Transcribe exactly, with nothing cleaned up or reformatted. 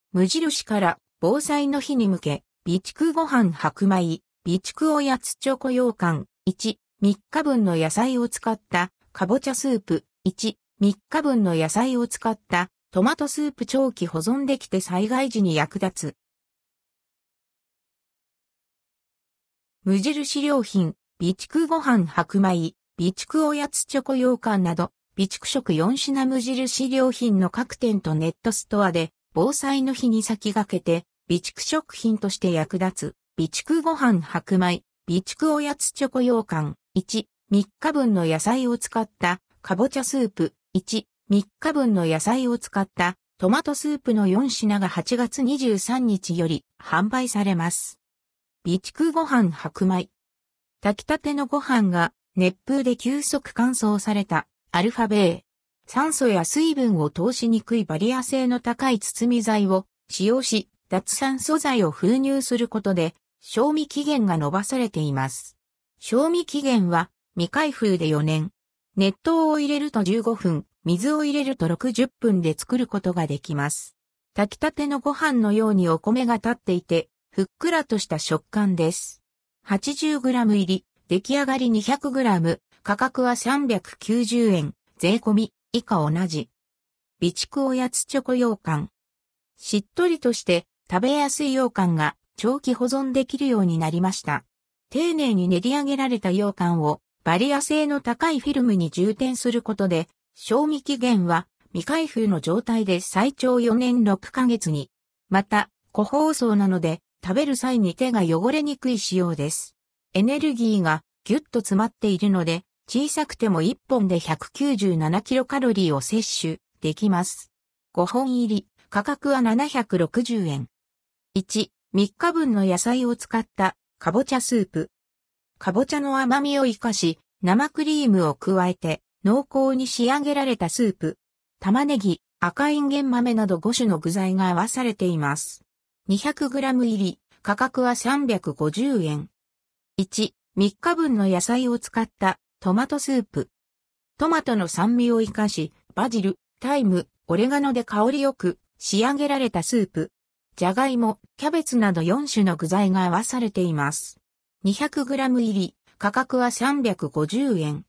無印から防災の日に向け、備蓄ご飯白米、備蓄おやつチョコ羊羹、いち、みっかぶんの野菜を使ったかぼちゃスープ、いち、みっかぶんの野菜を使ったトマトスープ長期保存できて災害時に役立つ。無印良品、備蓄ご飯白米、備蓄おやつチョコ羊羹など、備蓄食よん品無印良品の各店とネットストアで、防災の日に先駆けて、備蓄食品として役立つ、備蓄ご飯白米、備蓄おやつチョコ羊羹、いち、みっかぶんの野菜を使ったかぼちゃスープ、いち、みっかぶんの野菜を使ったトマトスープのよん品がはちがつにじゅうさんにちより販売されます。備蓄ご飯白米。炊きたてのご飯が熱風で急速乾燥されたアルファ米。酸素や水分を通しにくいバリア性の高い包み剤を使用し、脱酸素剤を封入することで賞味期限が延ばされています。賞味期限は未開封でよねん。熱湯を入れるとじゅうごふん、水を入れるとろくじゅっぷんで作ることができます。炊きたてのご飯のようにお米が立っていて、ふっくらとした食感です。はちじゅうグラム 入り、出来上がり にひゃくグラム、価格はさんびゃくきゅうじゅうえん、税込み、以下同じ。備蓄おやつチョコ羊羹。しっとりとして食べやすい羊羹が長期保存できるようになりました。丁寧に練り上げられた羊羹をバリア性の高いフィルムに充填することで、賞味期限は未開封の状態で最長よねんろっかげつに。また、個包装なので、食べる際に手が汚れにくい仕様です。エネルギーがぎゅっと詰まっているので、小さくてもいっぽんでひゃくきゅうじゅうななキロカロリーを摂取できます。ごほん入り、価格はななひゃくろくじゅうえん。いち、みっかぶんの野菜を使ったかぼちゃスープ。かぼちゃの甘みを生かし、生クリームを加えて濃厚に仕上げられたスープ。玉ねぎ、赤いんげん豆などご種の具材が合わされています。にひゃくグラム入り、価格はさんびゃくごじゅうえん。いち、みっかぶんの野菜を使ったトマトスープ。トマトの酸味を生かし、バジル、タイム、オレガノで香りよく仕上げられたスープ。じゃがいも、キャベツなどよん種の具材が合わされています。にひゃくグラム入り、価格はさんびゃくごじゅうえん。